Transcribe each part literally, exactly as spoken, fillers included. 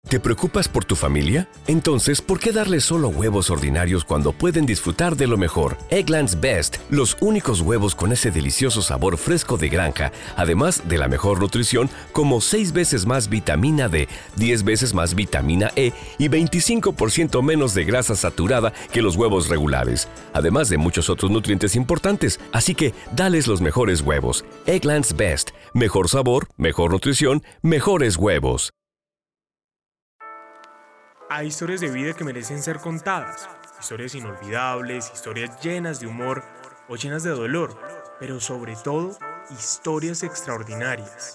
¿Te preocupas por tu familia? Entonces, ¿por qué darles solo huevos ordinarios cuando pueden disfrutar de lo mejor? Eggland's Best, los únicos huevos con ese delicioso sabor fresco de granja, además de la mejor nutrición, como seis veces más vitamina D, diez veces más vitamina E y veinticinco por ciento menos de grasa saturada que los huevos regulares, además de muchos otros nutrientes importantes. Así que, dales los mejores huevos. Eggland's Best, mejor sabor, mejor nutrición, mejores huevos. Hay historias de vida que merecen ser contadas, historias inolvidables, historias llenas de humor o llenas de dolor, pero sobre todo, historias extraordinarias.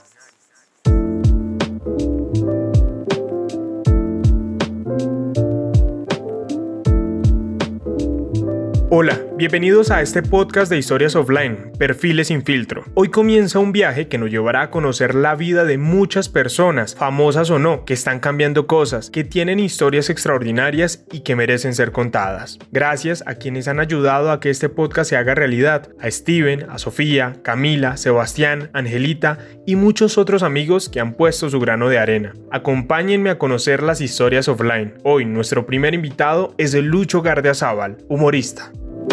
Hola, bienvenidos a este podcast de Historias Offline, Perfiles sin filtro. Hoy comienza un viaje que nos llevará a conocer la vida de muchas personas, famosas o no, que están cambiando cosas, que tienen historias extraordinarias y que merecen ser contadas. Gracias a quienes han ayudado a que este podcast se haga realidad, a Steven, a Sofía, Camila, Sebastián, Angelita y muchos otros amigos que han puesto su grano de arena. Acompáñenme a conocer las historias offline. Hoy nuestro primer invitado es Lucho Gardiazabal, humorista.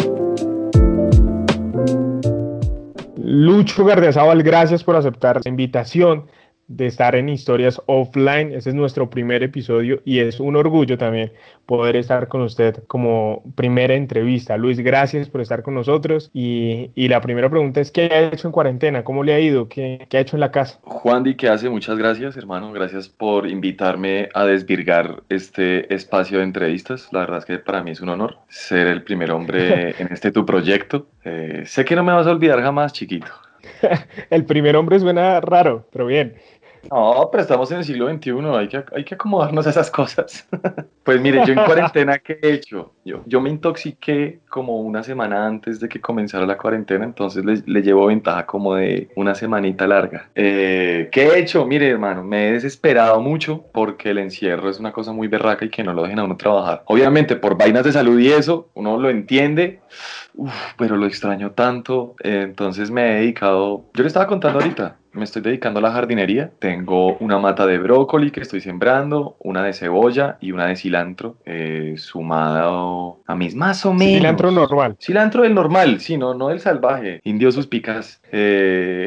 Lucho Gardiazabal, gracias por aceptar la invitación de estar en Historias Offline. Este es nuestro primer episodio y es un orgullo también poder estar con usted como primera entrevista. Luis, gracias por estar con nosotros y, y la primera pregunta es ¿qué ha hecho en cuarentena? ¿Cómo le ha ido? ¿Qué, qué ha hecho en la casa? Juandi, ¿qué hace? Muchas gracias, hermano. Gracias por invitarme a desvirgar este espacio de entrevistas. La verdad es que para mí es un honor ser el primer hombre en este tu proyecto. Eh, sé que no me vas a olvidar jamás, chiquito. El primer hombre suena raro, pero bien. No, pero estamos en el siglo veintiuno, hay que, hay que acomodarnos a esas cosas. Pues mire, yo en cuarentena, ¿qué he hecho? Yo, yo me intoxiqué como una semana antes de que comenzara la cuarentena, entonces le, le llevo ventaja como de una semanita larga. Eh, ¿Qué he hecho? Mire, hermano, me he desesperado mucho porque el encierro es una cosa muy berraca y que no lo dejen a uno trabajar. Obviamente, por vainas de salud y eso, uno lo entiende. Uf, pero lo extraño tanto, eh, entonces me he dedicado, yo le estaba contando ahorita, me estoy dedicando a la jardinería, tengo una mata de brócoli que estoy sembrando, una de cebolla y una de cilantro, eh, sumado a mis más o menos. Cilantro normal. Cilantro del normal, sí, no, no del salvaje, indio sus picas. Eh...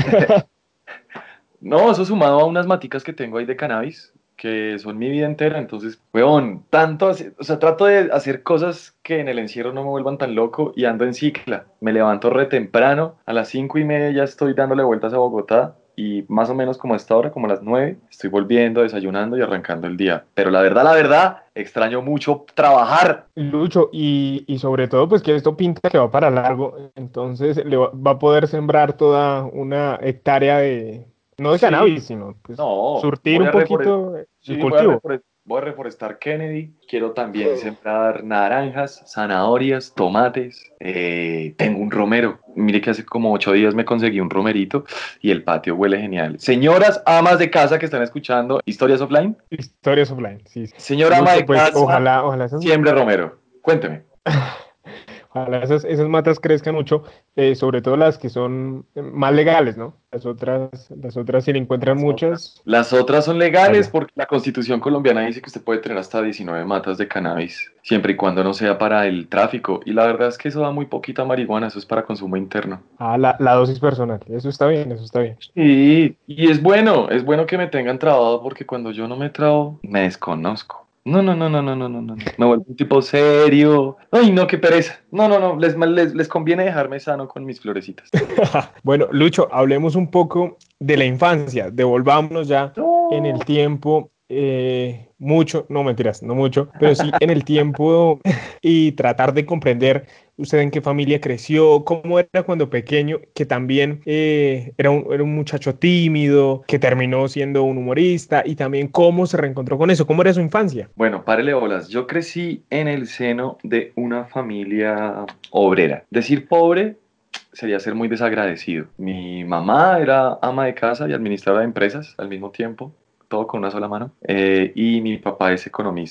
No, eso sumado a unas maticas que tengo ahí de cannabis, que son mi vida entera, entonces, weón, tanto, hace- o sea, trato de hacer cosas que en el encierro no me vuelvan tan loco y ando en cicla. Me levanto re temprano, a las cinco y media ya estoy dándole vueltas a Bogotá y más o menos como a esta hora, como a las nueve, estoy volviendo, desayunando y arrancando el día. Pero la verdad, la verdad, extraño mucho trabajar. Lucho, y, y sobre todo, pues que esto pinta que va para largo, entonces le va, va a poder sembrar toda una hectárea de, no de Sí, cannabis, sino pues no, surtir voy un a reforestar, poquito el sí, voy a cultivo. refore- voy a reforestar Kennedy. Quiero también sembrar naranjas, zanahorias, tomates. Eh, tengo un romero. Mire que hace como ocho días me conseguí un romerito y el patio huele genial. Señoras amas de casa que están escuchando Historias Offline, Historias offline, sí. señora ama Lucho, de pues casa, ojalá, ojalá esas, siembre romero. Cuénteme. ojalá esas, esas matas crezcan mucho, eh, sobre todo las que son eh, más legales, ¿no? Las otras, las otras si le encuentran Las otras. muchas, Las otras son legales vaya. porque la Constitución colombiana dice que usted puede tener hasta diecinueve matas de cannabis, siempre y cuando no sea para el tráfico. Y la verdad es que eso da muy poquita marihuana, eso es para consumo interno. Ah, la, la dosis personal, eso está bien, eso está bien. Sí, y es bueno, es bueno que me tengan trabado porque cuando yo no me trabo, me desconozco. No, no, no, no, no, no, no, no. no. Me vuelvo un tipo serio. Ay, no, qué pereza. No, no, no, les, les, les conviene dejarme sano con mis florecitas. Bueno, Lucho, hablemos un poco de la infancia, devolvámonos ya en el No. tiempo, eh, mucho, no mentiras, no mucho, pero sí en el tiempo y tratar de comprender usted en qué familia creció, cómo era cuando pequeño, que también eh, era un, era un muchacho tímido, que terminó siendo un humorista y también cómo se reencontró con eso, cómo era su infancia. Bueno, párele bolas. Yo crecí en el seno de una familia obrera. Decir pobre sería ser muy desagradecido. Mi mamá era ama de casa y administradora de empresas al mismo tiempo, todo con una sola mano. Eh, y mi papá es economista.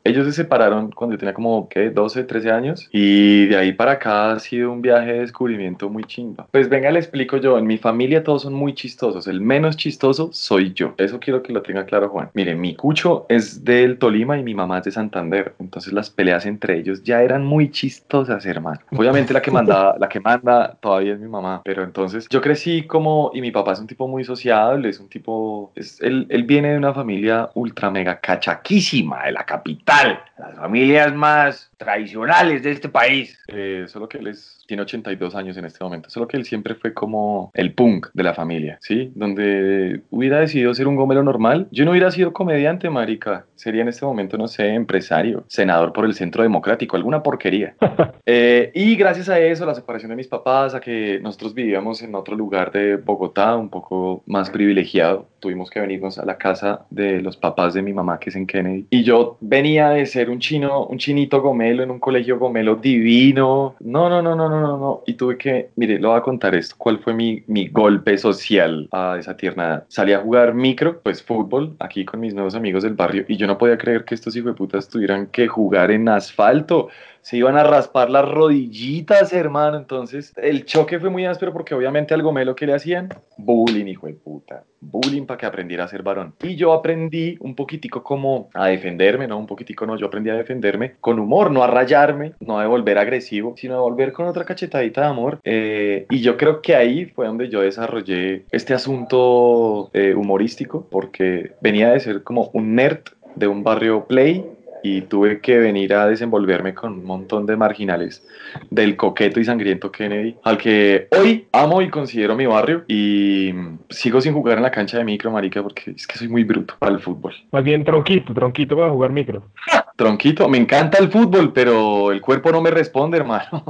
ellos se separaron cuando yo tenía como, ¿qué? doce, trece años. Y de ahí para acá ha sido un viaje de descubrimiento muy chimba. Pues venga, le explico yo. En mi familia todos son muy chistosos. El menos chistoso soy yo. Eso quiero que lo tenga claro, Juan. Mire, mi cucho es del Tolima y mi mamá es de Santander. Entonces las peleas entre ellos ya eran muy chistosas, hermano. Obviamente la que manda, la que manda todavía es mi mamá. Pero entonces yo crecí como, y mi papá es un tipo muy sociable, es un tipo, es, él, él viene de una familia ultra mega cachaquísima de la capital, las familias más tradicionales de este país. Eh, solo que él es, tiene ochenta y dos años en este momento, solo que él siempre fue como el punk de la familia, ¿sí? Donde hubiera decidido ser un gomelo normal, yo no hubiera sido comediante, marica, sería en este momento, no sé, empresario, senador por el Centro Democrático, alguna porquería. Eh, y gracias a eso, la separación de mis papás, a que nosotros vivíamos en otro lugar de Bogotá, un poco más privilegiado, tuvimos que venirnos a la casa de los papás de mi mamá, que es en Kennedy. Y yo venía de ser un chino, un chinito gomelo en un colegio gomelo divino. No, no, no, no, no, no, no. Y tuve que, mire, lo voy a contar esto. ¿Cuál fue mi, mi golpe social a esa tierna edad? Salí a jugar micro, pues fútbol, aquí con mis nuevos amigos del barrio. Y yo no podía creer que estos hijueputas tuvieran que jugar en asfalto. Se iban a raspar las rodillitas, hermano. Entonces, el choque fue muy áspero porque obviamente al gomelo que le hacían, bullying, hijo de puta. Bullying para que aprendiera a ser varón. Y yo aprendí un poquitico como a defenderme, ¿no? Un poquitico no, yo aprendí a defenderme con humor, no a rayarme, no a volver agresivo, sino a volver con otra cachetadita de amor. Eh, y yo creo que ahí fue donde yo desarrollé este asunto eh, humorístico, porque venía de ser como un nerd de un barrio play, y tuve que venir a desenvolverme con un montón de marginales del coqueto y sangriento Kennedy, al que hoy amo y considero mi barrio, y sigo sin jugar en la cancha de micro, marica, porque es que soy muy bruto para el fútbol. Más bien tronquito, tronquito para jugar micro. Tronquito, me encanta el fútbol, pero el cuerpo no me responde, hermano.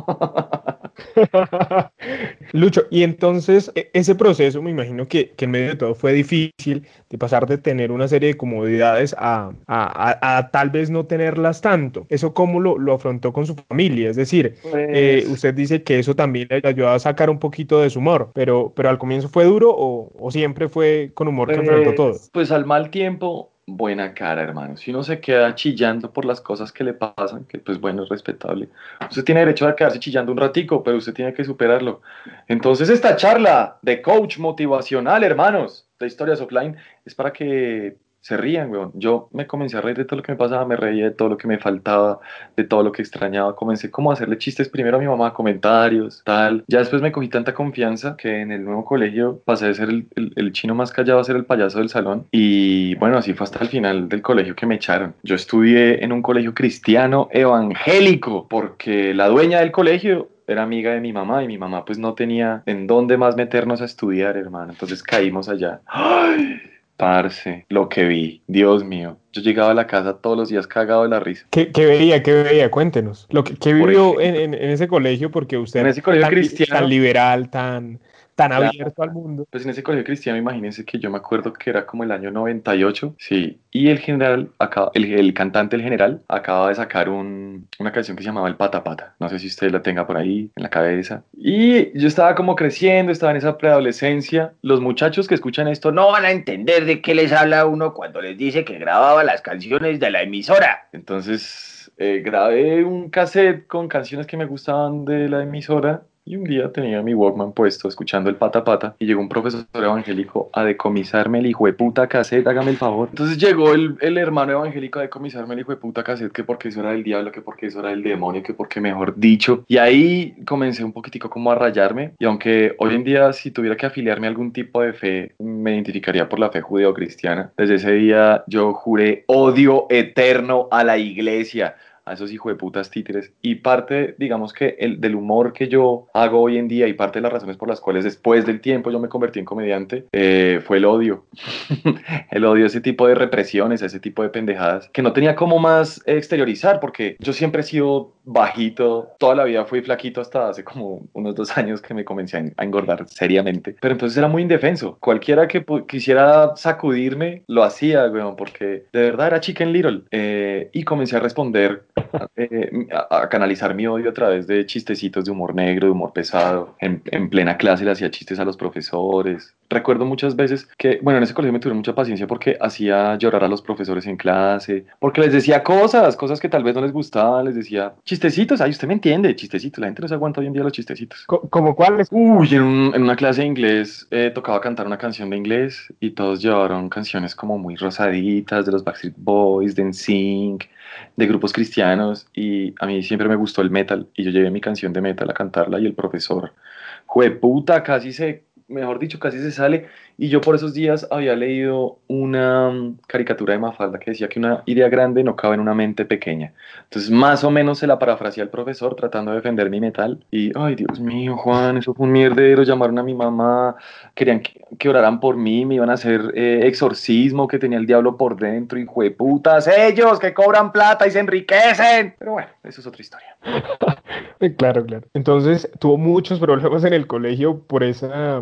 Lucho, y entonces e- ese proceso me imagino que, que en medio de todo fue difícil de pasar de tener una serie de comodidades a, a, a, a tal vez no tenerlas tanto. ¿Eso cómo lo, lo afrontó con su familia? Es decir, Pues, eh, usted dice que eso también le ayudó a sacar un poquito de su humor, pero, pero al comienzo fue duro o, o siempre fue con humor que enfrentó todo. pues, pues al mal tiempo, buena cara, hermano. Si uno se queda chillando por las cosas que le pasan, que pues bueno, es respetable. Usted tiene derecho a quedarse chillando un ratico, pero usted tiene que superarlo. Entonces esta charla de coach motivacional, hermanos, de Historias Offline, es para que se rían, weón. Yo me comencé a reír de todo lo que me pasaba, me reía de todo lo que me faltaba, de todo lo que extrañaba. Comencé como a hacerle chistes primero a mi mamá, comentarios, tal. Ya después me cogí tanta confianza que en el nuevo colegio pasé de ser el, el, el chino más callado a ser el payaso del salón. Y bueno, así fue hasta el final del colegio que me echaron. Yo estudié en un colegio cristiano evangélico porque la dueña del colegio era amiga de mi mamá y mi mamá pues no tenía en dónde más meternos a estudiar, hermano. Entonces caímos allá. ¡Ay! Parce, lo que vi, Dios mío. Yo llegaba a la casa todos los días cagado de la risa. ¿Qué, qué veía? ¿Qué veía? Cuéntenos. Lo que, ¿Qué Por vivió en, ejemplo, en, en ese colegio? Porque usted en ese colegio tan, li- cristiano, tan liberal, tan, tan claro, abierto al mundo. pues en ese colegio cristiano, imagínense que yo me acuerdo que era como el año noventa y ocho, sí, y el general, acaba, el, el cantante, el general, acaba de sacar un, una canción que se llamaba El Pata Pata, no sé si usted la tenga por ahí en la cabeza, y yo estaba como creciendo, estaba en esa preadolescencia, los muchachos que escuchan esto no van a entender de qué les habla uno cuando les dice que grababa las canciones de la emisora, entonces eh, grabé un cassette con canciones que me gustaban de la emisora. Y un día tenía mi Walkman puesto, escuchando el pata pata, y llegó un profesor evangélico a decomisarme el hijo de puta cassette, hágame el favor. Entonces llegó el, el hermano evangélico a decomisarme el hijo de puta cassette, que porque eso era del diablo, que porque eso era del demonio, que porque mejor dicho. Y ahí comencé un poquitico como a rayarme, y aunque hoy en día si tuviera que afiliarme a algún tipo de fe, me identificaría por la fe judeo-cristiana. Desde ese día yo juré odio eterno a la iglesia, a esos hijos de putas títeres. Y parte, digamos que el, del humor que yo hago hoy en día y parte de las razones por las cuales después del tiempo yo me convertí en comediante eh, fue el odio. El odio a ese tipo de represiones, a ese tipo de pendejadas que no tenía cómo más exteriorizar porque yo siempre he sido bajito, toda la vida fui flaquito hasta hace como unos dos años que me comencé a, a engordar seriamente. Pero entonces era muy indefenso. Cualquiera que quisiera sacudirme lo hacía, weón, porque de verdad era Chicken Little. Eh, y comencé a responder Eh, a, a canalizar mi odio a través de chistecitos de humor negro, de humor pesado. En, en plena clase le hacía chistes a los profesores. recuerdo muchas veces que, bueno, en ese colegio me tuvieron mucha paciencia porque hacía llorar a los profesores en clase, porque les decía cosas, cosas que tal vez no les gustaban, les decía chistecitos, ay, usted me entiende, chistecitos, la gente no se aguanta hoy en día los chistecitos. Co- ¿Como cuáles? Uy, en, un- en una clase de inglés eh, tocaba cantar una canción de inglés y todos llevaron canciones como muy rosaditas de los Backstreet Boys, de N Sync, de grupos cristianos y a mí siempre me gustó el metal y yo llevé mi canción de metal a cantarla y el profesor, jueputa, casi se, mejor dicho, casi se sale y yo por esos días había leído una mm, caricatura de Mafalda que decía que una idea grande no cabe en una mente pequeña. Entonces, más o menos se la parafraseé al profesor tratando de defender mi metal. Y, ay, Dios mío, Juan, eso fue un mierdero. Llamaron a mi mamá, querían que, que oraran por mí, me iban a hacer eh, exorcismo, que tenía el diablo por dentro, y jueputas, ellos que cobran plata y se enriquecen. Pero bueno, eso es otra historia. Eh, Claro, claro. Entonces tuvo muchos problemas en el colegio por esa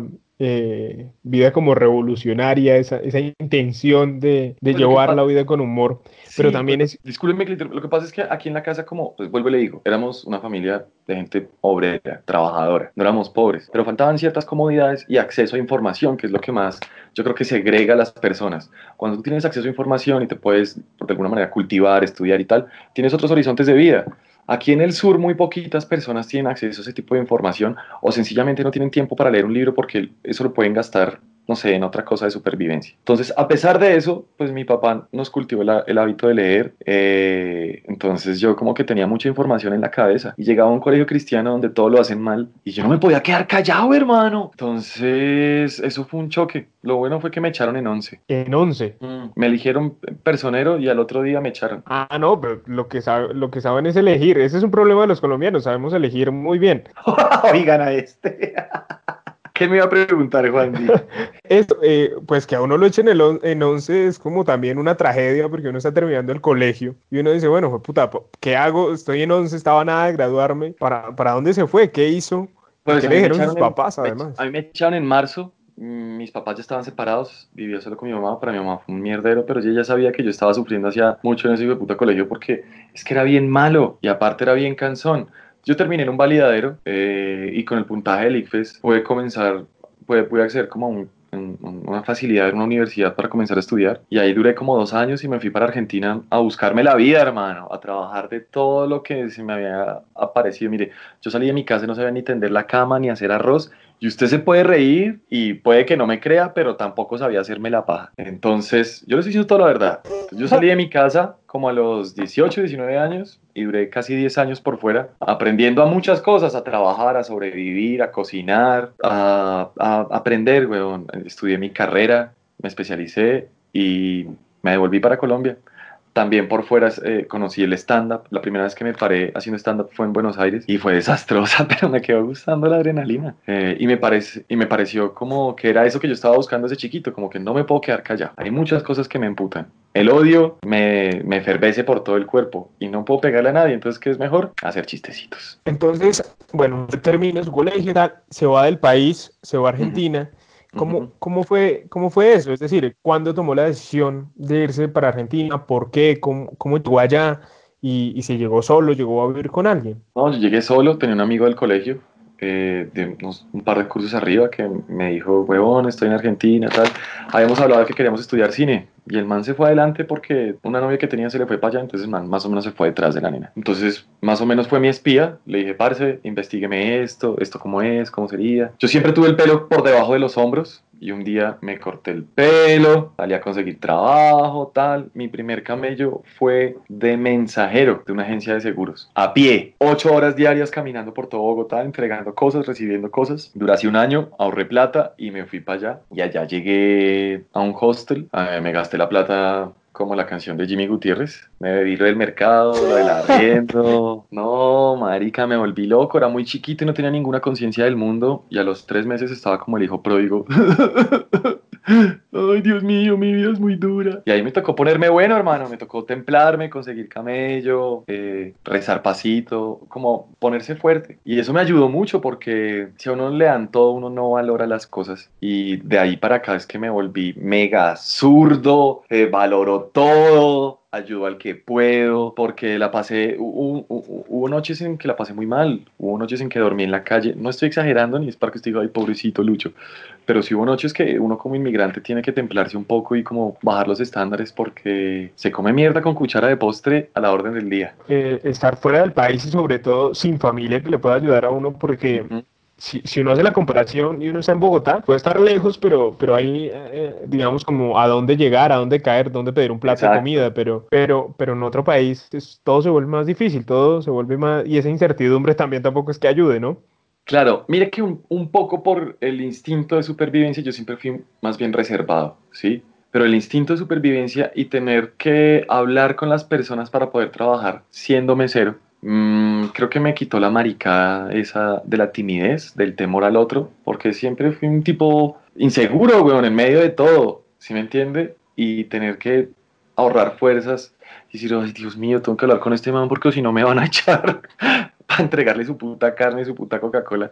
eh, vida como revolucionaria, esa, esa intención de, de Pues lo que llevar pasa. la vida con humor, pero Sí, pues también es, discúlpeme que le interrumpa. Lo que pasa es que aquí en la casa, como, pues vuelvo y le digo, éramos una familia de gente obrera, trabajadora, no éramos pobres, pero faltaban ciertas comodidades y acceso a información, que es lo que más yo creo que segrega a las personas. Cuando tú tienes acceso a información y te puedes, de alguna manera, cultivar, estudiar y tal, tienes otros horizontes de vida. Aquí en el sur muy poquitas personas tienen acceso a ese tipo de información o sencillamente no tienen tiempo para leer un libro porque eso lo pueden gastar, no sé, en otra cosa de supervivencia. Entonces, a pesar de eso, pues mi papá nos cultivó el, el hábito de leer. Eh, entonces yo como que tenía mucha información en la cabeza y llegaba a un colegio cristiano donde todo lo hacen mal y yo no me podía quedar callado, hermano. Entonces, eso fue un choque. Lo bueno fue que me echaron en once. en once. Mm, me eligieron personero y al otro día me echaron. Ah, no, pero lo que sabe- lo que saben es elegir. Ese es un problema de los colombianos, sabemos elegir muy bien. Oigan a este. ¿Qué me iba a preguntar, Juan Di? Esto, eh, pues que a uno lo echen en, el on- en once es como también una tragedia porque uno está terminando el colegio y uno dice, bueno, fue puta, po- ¿qué hago? Estoy en once, estaba a nada de graduarme. ¿Para, para dónde se fue? ¿Qué hizo? ¿Y Pues qué a le mí me dijeron sus echaron en, papás me ech- a además? mí me echaron en marzo. mm, Mis papás ya estaban separados, vivía solo con mi mamá. Para mi mamá fue un mierdero, pero ella ya sabía que yo estaba sufriendo hacía mucho en ese hijo de puta colegio porque es que era bien malo y aparte era bien cansón. Yo terminé en un validadero eh, y con el puntaje del ICFES pude comenzar, pude, pude acceder como a un- un- un- una facilidad en una universidad para comenzar a estudiar. Y ahí duré como dos años y me fui para Argentina a buscarme la vida, hermano, a trabajar de todo lo que se me había aparecido. Mire, yo salí de mi casa y no sabía ni tender la cama ni hacer arroz. Y usted se puede reír y puede que no me crea, pero tampoco sabía hacerme la paja. Entonces, yo le estoy diciendo toda la verdad. Entonces, yo salí de mi casa como a los dieciocho, diecinueve años y duré casi diez años por fuera, aprendiendo a muchas cosas, a trabajar, a sobrevivir, a cocinar, a, a aprender, weón. Estudié mi carrera, me especialicé y me devolví para Colombia. También por fuera eh, conocí el stand-up. La primera vez que me paré haciendo stand-up fue en Buenos Aires y fue desastrosa, pero me quedó gustando la adrenalina. Eh, y, me parece, y me pareció como que era eso que yo estaba buscando desde chiquito, como que no me puedo quedar callado. Hay muchas cosas que me emputan. El odio me, me efervece por todo el cuerpo y no puedo pegarle a nadie, entonces ¿qué es mejor? Hacer chistecitos. Entonces, bueno, usted termina su colegio, tal, se va del país, se va a Ujú, Argentina. ¿Cómo, ujú. cómo fue, cómo fue eso? Es decir, ¿cuándo tomó la decisión de irse para Argentina? ¿Por qué? ¿Cómo, cómo llegó allá? Y, y si llegó solo, llegó a vivir con alguien. No, yo llegué solo, tenía un amigo del colegio, eh, de unos, un par de cursos arriba, que me dijo, huevón, estoy en Argentina, tal. Habíamos hablado de que queríamos estudiar cine, y el man se fue adelante porque una novia que tenía se le fue para allá, entonces el man más o menos se fue detrás de la nena. Entonces, más o menos fue mi espía, le dije, parce, investígueme esto, esto cómo es, cómo sería. Yo siempre tuve el pelo por debajo de los hombros, y un día me corté el pelo, salí a conseguir trabajo, tal. Mi primer camello fue de mensajero de una agencia de seguros. A pie, ocho horas diarias caminando por todo Bogotá, entregando cosas, recibiendo cosas. Duré así un año, ahorré plata y me fui para allá. Y allá llegué a un hostel, eh, me gasté la plata como la canción de Jimmy Gutiérrez. Me bebí lo del mercado, lo del arriendo. No, marica, me volví loco. Era muy chiquito y no tenía ninguna conciencia del mundo. Y a los tres meses estaba como el hijo pródigo. Ay, Dios mío, mi vida es muy dura. Y ahí me tocó ponerme bueno, hermano. Me tocó templarme, conseguir camello, eh, rezar pasito, como ponerse fuerte. Y eso me ayudó mucho porque si a uno le dan todo, uno no valora las cosas. Y de ahí para acá es que me volví mega zurdo, eh, valoro todo. ayudo al que puedo, porque la pasé, hubo, hubo- hubo noches en que la pasé muy mal, hubo noches en que dormí en la calle, no estoy exagerando ni es para que usted diga, ay, pobrecito Lucho, pero sí hubo noches que uno como inmigrante tiene que templarse un poco y como bajar los estándares porque se come mierda con cuchara de postre a la orden del día. Eh, estar fuera del país y sobre todo sin familia que le pueda ayudar a uno porque Ujú. si, si uno hace la comparación y uno está en Bogotá, puede estar lejos, pero, pero hay, eh, digamos, como a dónde llegar, a dónde caer, dónde pedir un plato de Exacto. comida, pero, pero, pero en otro país es- todo se vuelve más difícil, todo se vuelve más, y esa incertidumbre también tampoco es que ayude, ¿no? Claro, mire que un, un poco por el instinto de supervivencia yo siempre fui más bien reservado, ¿sí? Pero el instinto de supervivencia y tener que hablar con las personas para poder trabajar siendo mesero, mm, creo que me quitó la maricada esa de la timidez, del temor al otro, porque siempre fui un tipo inseguro, weón, en medio de todo, ¿sí me entiende? Y tener que ahorrar fuerzas y decir, ay, Dios mío, tengo que hablar con este man porque si no me van a echar para entregarle su puta carne y su puta Coca-Cola.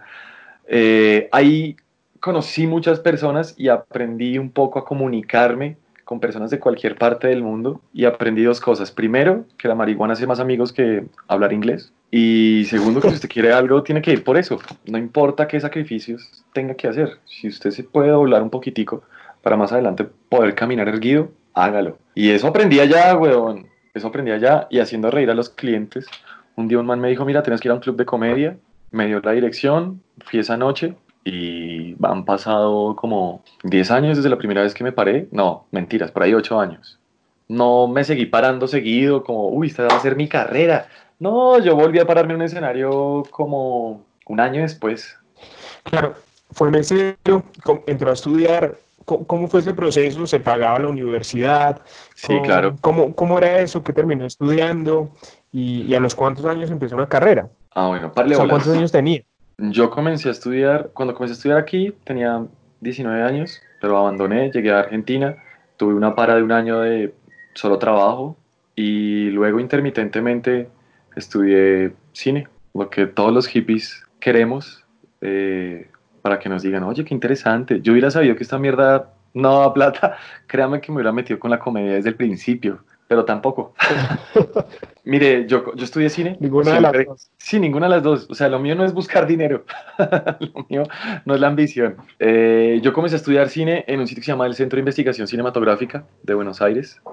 Eh, ahí conocí muchas personas y aprendí un poco a comunicarme con personas de cualquier parte del mundo y aprendí dos cosas. Primero, que la marihuana hace más amigos que hablar inglés. Y segundo, que si usted quiere algo, tiene que ir por eso. No importa qué sacrificios tenga que hacer. Si usted se puede doblar un poquitico para más adelante poder caminar erguido, hágalo. Y eso aprendí allá, weón. Eso aprendí allá y haciendo reír a los clientes. Un día un man me dijo, mira, tienes que ir a un club de comedia. Me dio la dirección, fui esa noche y han pasado como diez años desde la primera vez que me paré. No, mentiras, por ahí ocho años. No me seguí parando seguido, como, uy, esta va a ser mi carrera. No, yo volví a pararme en un escenario como un año después. Claro, fue mesero, com- entró a estudiar. ¿Cómo, cómo fue ese proceso? ¿Se pagaba la universidad? Sí, claro. ¿Cómo, cómo, cómo era eso? ¿Qué terminó estudiando? ¿Y, y a los cuántos años empezó una carrera? Ah, bueno, O parle sea, ¿cuántos bolas. años tenía? Yo comencé a estudiar, cuando comencé a estudiar aquí tenía diecinueve años, pero abandoné, llegué a Argentina, tuve una para de un año de solo trabajo y luego intermitentemente estudié cine, lo que todos los hippies queremos, eh, para que nos digan, oye, qué interesante, yo hubiera sabido que esta mierda no da plata, créame que me hubiera metido con la comedia desde el principio, pero tampoco. Mire, yo, yo estudié cine, Ninguna de las siempre, dos. sí, ninguna de las dos. O sea, lo mío no es buscar dinero, lo mío no es la ambición. Eh, yo comencé a estudiar cine en un sitio que se llama el Centro de Investigación Cinematográfica de Buenos Aires.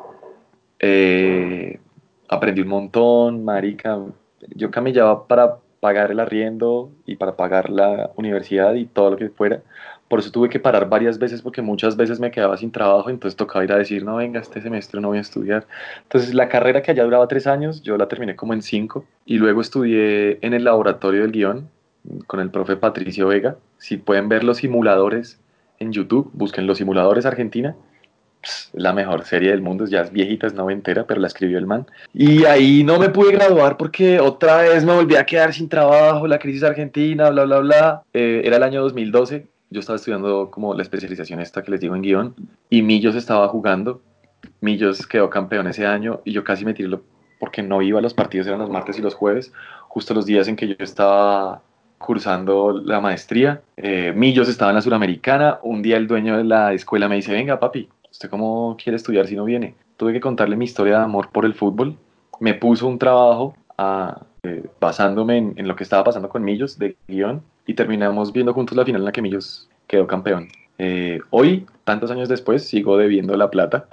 Eh, Aprendí un montón, marica. Yo camellaba para pagar el arriendo y para pagar la universidad y todo lo que fuera. Por eso tuve que parar varias veces porque muchas veces me quedaba sin trabajo, entonces tocaba ir a decir, no, venga, este semestre no voy a estudiar. Entonces la carrera que allá duraba tres años, yo la terminé como en cinco y luego estudié en el laboratorio del guión con el profe Patricio Vega. Si pueden ver los simuladores en YouTube, busquen los simuladores Argentina, la mejor serie del mundo, ya es viejita, es noventera, pero la escribió el man. Y ahí no me pude graduar porque otra vez me volví a quedar sin trabajo, la crisis argentina, bla, bla, bla. Eh, era el año dos mil doce, yo estaba estudiando como la especialización esta que les digo en guión, y Millos estaba jugando. Millos quedó campeón ese año y yo casi me tiré lo- porque no iba a los partidos, eran los martes y los jueves, justo los días en que yo estaba cursando la maestría. Eh, Millos estaba en la Suramericana. Un día el dueño de la escuela me dice, venga papi, ¿usted cómo quiere estudiar si no viene? Tuve que contarle mi historia de amor por el fútbol. Me puso un trabajo a- eh, basándome en, en lo que estaba pasando con Millos de guión y terminamos viendo juntos la final en la que Millos quedó campeón. Eh, hoy, tantos años después, sigo debiendo la plata.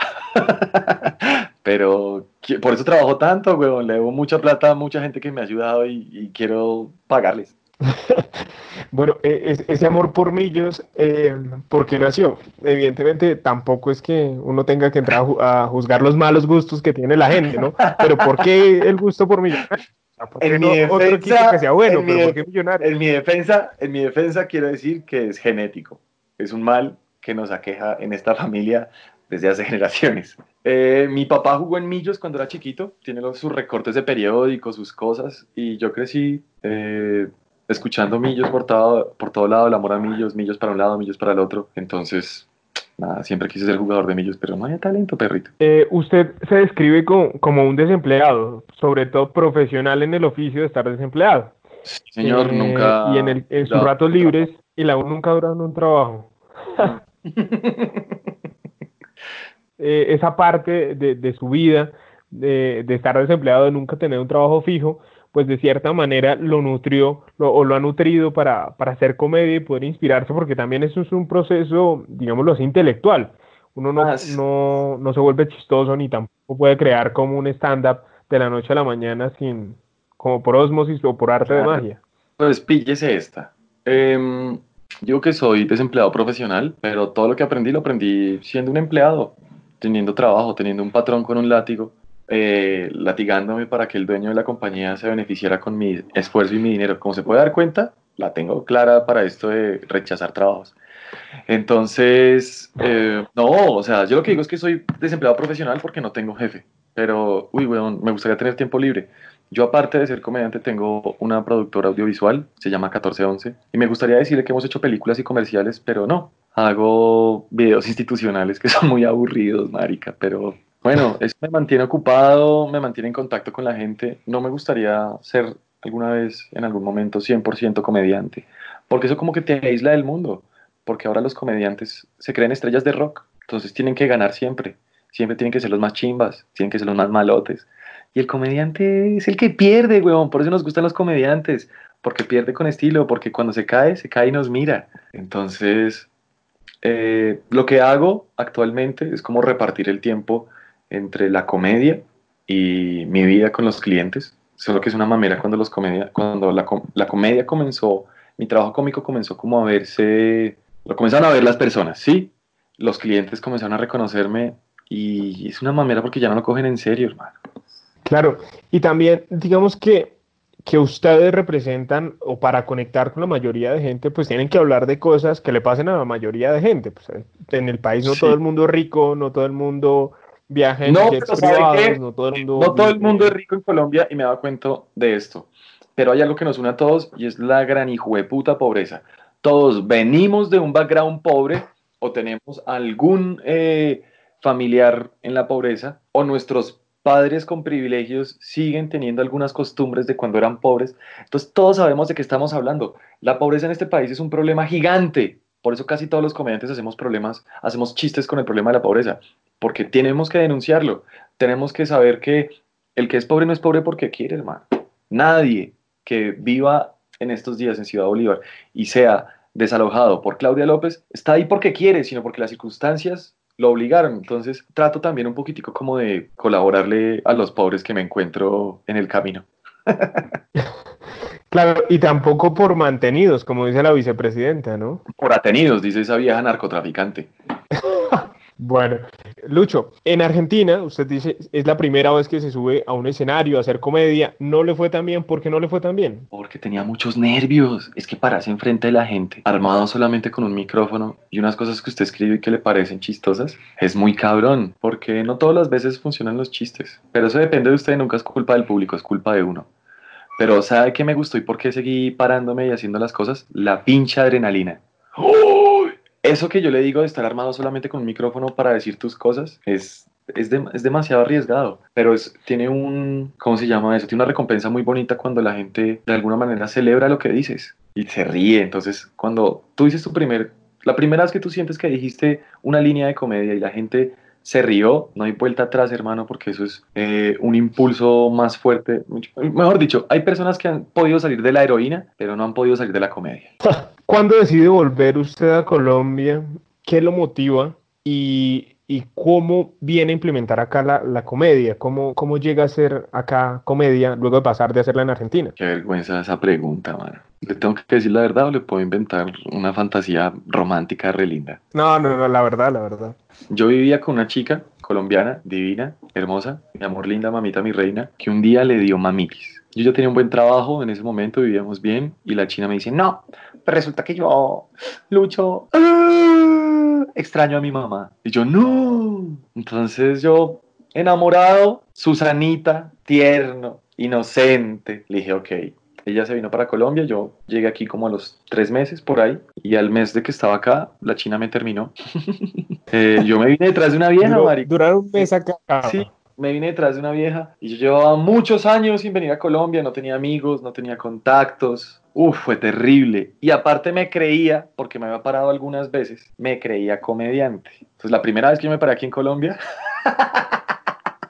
Pero qui- por eso trabajo tanto, weón. Le debo mucha plata a mucha gente que me ha ayudado y, y quiero pagarles. Bueno, e- es- ese amor por Millos, eh, ¿por qué nació? Evidentemente, tampoco es que uno tenga que entrar a, ju- a juzgar los malos gustos que tiene la gente, ¿no? Pero ¿por qué el gusto por Millonarios? O sea, ¿por qué En mi no otro equipo que defensa, sea bueno? en mi, Pero ¿por qué def- Millonarios? en mi defensa, en mi defensa quiero decir que es genético. Es un mal que nos aqueja en esta familia desde hace generaciones. Eh, mi papá jugó en Millos cuando era chiquito, tiene los- sus recortes de periódicos, sus cosas, y yo crecí eh, escuchando Millos por todo, por todo lado, el amor a Millos, Millos para un lado, Millos para el otro. Entonces, nada, siempre quise ser jugador de Millos, pero no hay talento, perrito. Eh, usted se describe co- como un desempleado, sobre todo profesional en el oficio de estar desempleado. Sí, señor, Eh, y en, nunca el, en sus ya, ratos un libres, trabajo. y la U nunca dura en un trabajo. Mm. Eh, esa parte de, de su vida, de, de estar desempleado, de nunca tener un trabajo fijo, pues de cierta manera lo nutrió lo, o lo ha nutrido para, para hacer comedia y poder inspirarse, porque también eso es un proceso, digámoslo así, intelectual. Uno no, Más, no, no se vuelve chistoso ni tampoco puede crear como un stand-up de la noche a la mañana sin, como por ósmosis o por arte de claro. magia. Pues píllese esta. Em, yo que soy desempleado profesional, pero todo lo que aprendí lo aprendí siendo un empleado, teniendo trabajo, teniendo un patrón con un látigo, eh, latigándome para que el dueño de la compañía se beneficiara con mi esfuerzo y mi dinero. Como se puede dar cuenta, la tengo clara para esto de rechazar trabajos. Entonces, eh, no, o sea, yo lo que digo es que soy desempleado profesional porque no tengo jefe, pero, uy, weón, me gustaría tener tiempo libre. Yo, aparte de ser comediante, tengo una productora audiovisual, se llama catorce once, y me gustaría decirle que hemos hecho películas y comerciales, pero no, hago videos institucionales que son muy aburridos, marica, pero bueno, eso me mantiene ocupado, me mantiene en contacto con la gente. No me gustaría ser alguna vez, en algún momento, cien por ciento comediante, porque eso como que te aísla del mundo, porque ahora los comediantes se creen estrellas de rock, entonces tienen que ganar siempre, siempre tienen que ser los más chimbas, tienen que ser los más malotes. Y el comediante es el que pierde, weón, por eso nos gustan los comediantes, porque pierde con estilo, porque cuando se cae, se cae y nos mira. Entonces, eh, lo que hago actualmente es como repartir el tiempo entre la comedia y mi vida con los clientes, solo que es una mamera cuando, los comedia, cuando la, com- la comedia comenzó, mi trabajo cómico comenzó como a verse, lo comenzaron a ver las personas, ¿sí? Los clientes comenzaron a reconocerme y es una mamera porque ya no lo cogen en serio, hermano. Claro, y también digamos que, que ustedes representan, o para conectar con la mayoría de gente, pues tienen que hablar de cosas que le pasen a la mayoría de gente. Pues, eh, en el país no todo Sí. el mundo es rico, no todo el mundo viaja en No, jets pero ¿sabe privados, qué? no todo el mundo... No todo vi- el mundo es eh, rico en Colombia y me he dado cuenta de esto. Pero hay algo que nos une a todos y es la gran hijueputa pobreza. Todos venimos de un background pobre o tenemos algún eh, familiar en la pobreza o nuestros padres con privilegios siguen teniendo algunas costumbres de cuando eran pobres. Entonces todos sabemos de qué estamos hablando. La pobreza en este país es un problema gigante. Por eso casi todos los comediantes hacemos problemas, hacemos chistes con el problema de la pobreza, porque tenemos que denunciarlo. Tenemos que saber que el que es pobre no es pobre porque quiere, hermano. Nadie que viva en estos días en Ciudad Bolívar y sea desalojado por Claudia López está ahí porque quiere, sino porque las circunstancias lo obligaron. Entonces trato también un poquitico como de colaborarle a los pobres que me encuentro en el camino. Claro, y tampoco por mantenidos, como dice la vicepresidenta, ¿no? Por atenidos, dice esa vieja narcotraficante. Bueno, Lucho, en Argentina, usted dice, es la primera vez que se sube a un escenario a hacer comedia. ¿No le fue tan bien? ¿Por qué no le fue tan bien? Porque tenía muchos nervios. Es que pararse enfrente de la gente, armado solamente con un micrófono y unas cosas que usted escribe y que le parecen chistosas, es muy cabrón. Porque no todas las veces funcionan los chistes. Pero eso depende de usted, nunca es culpa del público, es culpa de uno. Pero ¿sabe qué me gustó y por qué seguí parándome y haciendo las cosas? La pincha adrenalina. ¡Uy! Eso que yo le digo de estar armado solamente con un micrófono para decir tus cosas es, es, dem- es demasiado arriesgado, pero es, tiene un, ¿cómo se llama eso? Tiene una recompensa muy bonita cuando la gente de alguna manera celebra lo que dices y se ríe. Entonces, cuando tú dices tu primer, la primera vez que tú sientes que dijiste una línea de comedia y la gente se rió, no hay vuelta atrás, hermano, porque eso es eh, un impulso más fuerte. Mejor dicho, hay personas que han podido salir de la heroína, pero no han podido salir de la comedia. ¿Cuándo decide volver usted a Colombia? ¿Qué lo motiva? ¿Y, y cómo viene a implementar acá la, la comedia? ¿Cómo, cómo llega a ser acá comedia luego de pasar de hacerla en Argentina? Qué vergüenza esa pregunta, mano. ¿Le tengo que decir la verdad o le puedo inventar una fantasía romántica re linda? No, no, no, la verdad, la verdad. Yo vivía con una chica colombiana, divina, hermosa, mi amor linda, mamita, mi reina, que un día le dio mamitis. Yo ya tenía un buen trabajo, en ese momento vivíamos bien, y la china me dice, no, pero resulta que yo, Lucho, ah, extraño a mi mamá. Y yo, no. Entonces yo, enamorado, Susanita, tierno, inocente, le dije, ok. Ella se vino para Colombia, yo llegué aquí como a los tres meses por ahí, y al mes de que estaba acá, la china me terminó. Eh, yo me vine detrás de una vieja, Duró, marica. durar un mes acá. Sí, me vine detrás de una vieja y yo llevaba muchos años sin venir a Colombia, no tenía amigos, no tenía contactos. Uf, fue terrible. Y aparte me creía, porque me había parado algunas veces, me creía comediante. Entonces la primera vez que yo me paré aquí en Colombia,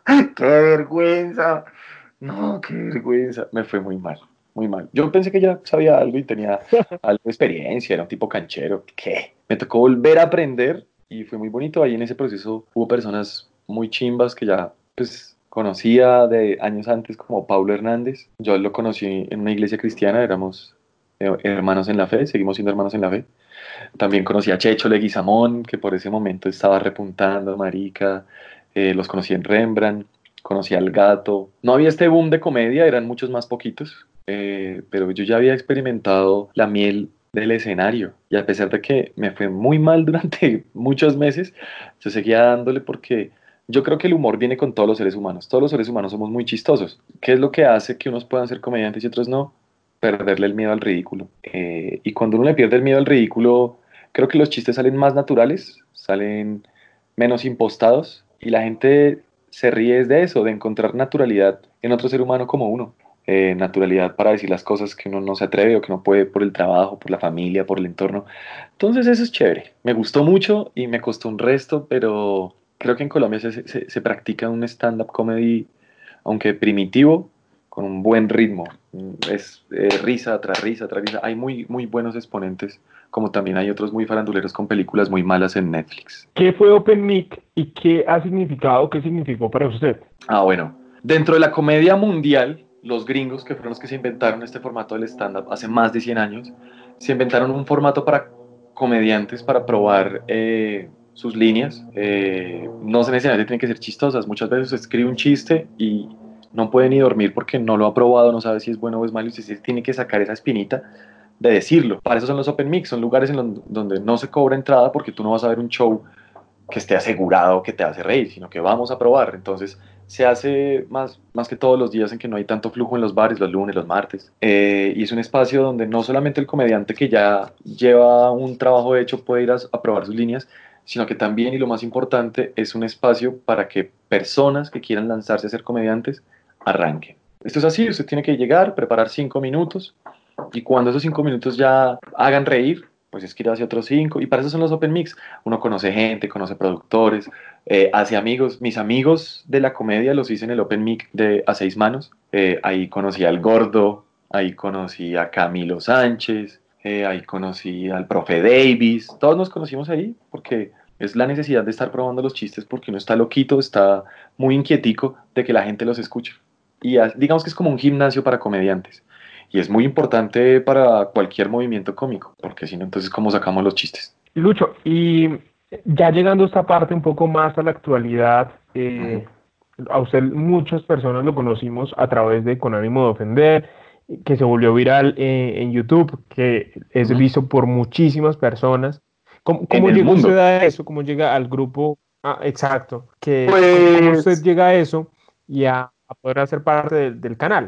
¡Qué vergüenza! No, qué vergüenza. Me fue muy mal, muy mal. Yo pensé que ya sabía algo y tenía algo de experiencia, era un tipo canchero. ¿Qué? Me tocó volver a aprender y fue muy bonito. Ahí en ese proceso hubo personas muy chimbas que ya, pues, conocía de años antes, como Paulo Hernández. Yo lo conocí en una iglesia cristiana, éramos eh, hermanos en la fe, seguimos siendo hermanos en la fe. También conocí a Checho Leguizamón, que por ese momento estaba repuntando, marica. Eh, los conocí en Rembrandt, conocí al Gato. No había este boom de comedia, eran muchos más poquitos, eh, pero yo ya había experimentado la miel del escenario. Y a pesar de que me fue muy mal durante muchos meses, yo seguía dándole porque yo creo que el humor viene con todos los seres humanos. Todos los seres humanos somos muy chistosos. ¿Qué es lo que hace que unos puedan ser comediantes y otros no? Perderle el miedo al ridículo. Eh, y cuando uno le pierde el miedo al ridículo, creo que los chistes salen más naturales, salen menos impostados y la gente se ríe de eso, de encontrar naturalidad en otro ser humano como uno. Eh, naturalidad para decir las cosas que uno no se atreve o que no puede por el trabajo, por la familia, por el entorno. Entonces eso es chévere. Me gustó mucho y me costó un resto, pero creo que en Colombia se, se, se practica un stand-up comedy, aunque primitivo, con un buen ritmo. Es eh, risa tras risa tras risa. Hay muy, muy buenos exponentes, como también hay otros muy faranduleros con películas muy malas en Netflix. ¿Qué fue Open Mic y qué ha significado, qué significó para usted? Ah, bueno. Dentro de la comedia mundial, los gringos, que fueron los que se inventaron este formato del stand-up hace más de cien años, se inventaron un formato para comediantes para probar eh, sus líneas. Eh, no se necesariamente tienen que ser chistosas. Muchas veces se escribe un chiste y no puede ni dormir porque no lo ha probado, no sabe si es bueno o es malo y se tiene que sacar esa espinita de decirlo. Para eso son los open mic, son lugares en los, donde no se cobra entrada porque tú no vas a ver un show que esté asegurado que te hace reír, sino que vamos a probar. Entonces se hace más, más que todos los días en que no hay tanto flujo en los bares, los lunes, los martes. Eh, y es un espacio donde no solamente el comediante que ya lleva un trabajo hecho puede ir a, a probar sus líneas, sino que también, y lo más importante, es un espacio para que personas que quieran lanzarse a ser comediantes arranquen. Esto es así, usted tiene que llegar, preparar cinco minutos, y cuando esos cinco minutos ya hagan reír, pues es que ir hacia otros cinco, y para eso son los open mix. Uno conoce gente, conoce productores, eh, hace amigos. Mis amigos de la comedia los hice en el open mic de A Seis Manos. Eh, ahí conocí al Gordo, ahí conocí a Camilo Sánchez, eh, ahí conocí al profe Davis. Todos nos conocimos ahí porque es la necesidad de estar probando los chistes porque uno está loquito, está muy inquietico de que la gente los escuche. Y digamos que es como un gimnasio para comediantes. Y es muy importante para cualquier movimiento cómico, porque si no, entonces, ¿cómo sacamos los chistes? Lucho, y ya llegando a esta parte un poco más a la actualidad, eh, uh-huh. A usted muchas personas lo conocimos a través de Con Ánimo de Ofender, que se volvió viral eh, en YouTube, que es uh-huh. visto por muchísimas personas. ¿Cómo, cómo llegó usted a eso? ¿Cómo llega al grupo? Ah, exacto. Que, pues... ¿Cómo usted llega a eso y a a poder hacer parte del, del canal?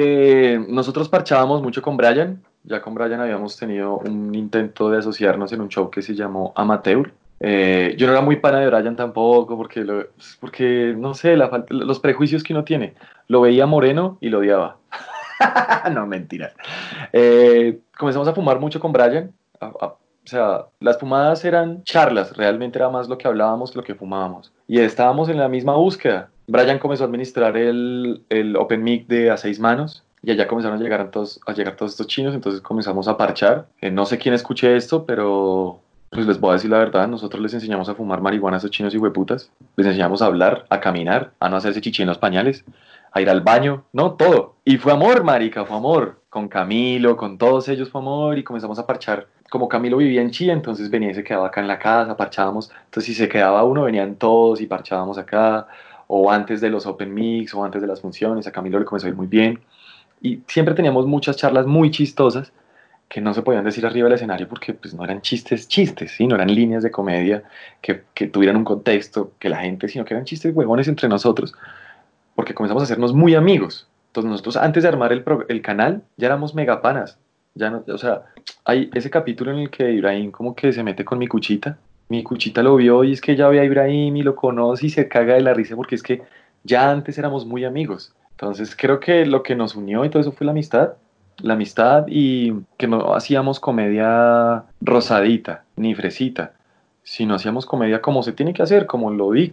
Eh, nosotros parchábamos mucho con Brian. Ya con Brian habíamos tenido un intento de asociarnos en un show que se llamó Amateur. Eh, yo no era muy pana de Brian tampoco, porque, lo, porque no sé, la falta, los prejuicios que uno tiene. Lo veía moreno y lo odiaba. No, mentira. Eh, comenzamos a fumar mucho con Brian. A, a, o sea, las fumadas eran charlas, realmente era más lo que hablábamos que lo que fumábamos. Y estábamos en la misma búsqueda. Brian comenzó a administrar el, el Open Mic de A Seis Manos y allá comenzaron a llegar, todos, a llegar todos estos chinos, entonces comenzamos a parchar. Eh, no sé quién escuche esto, pero pues les voy a decir la verdad, nosotros les enseñamos a fumar marihuana a esos chinos y hueputas, les enseñamos a hablar, a caminar, a no hacerse chichi en los pañales, a ir al baño, no, todo. Y fue amor, marica, fue amor. Con Camilo, con todos ellos fue amor y comenzamos a parchar. Como Camilo vivía en Chía, entonces venía y se quedaba acá en la casa, parchábamos. Entonces si se quedaba uno, venían todos y parchábamos acá. O antes de los open mix, o antes de las funciones, a Camilo le comenzó a ir muy bien. Y siempre teníamos muchas charlas muy chistosas que no se podían decir arriba del escenario porque pues, no eran chistes chistes, ¿sí? No eran líneas de comedia que, que tuvieran un contexto, que la gente, sino que eran chistes huevones entre nosotros, porque comenzamos a hacernos muy amigos. Entonces nosotros antes de armar el, pro, el canal ya éramos megapanas. Ya no, o sea, hay ese capítulo en el que Ibrahim como que se mete con mi cuchita. Mi cuchita lo vio y es que ya ve a Ibrahim y lo conoce y se caga de la risa porque es que ya antes éramos muy amigos. Entonces creo que lo que nos unió y todo eso fue la amistad. La amistad y que no hacíamos comedia rosadita ni fresita, sino hacíamos comedia como se tiene que hacer, como lo dicta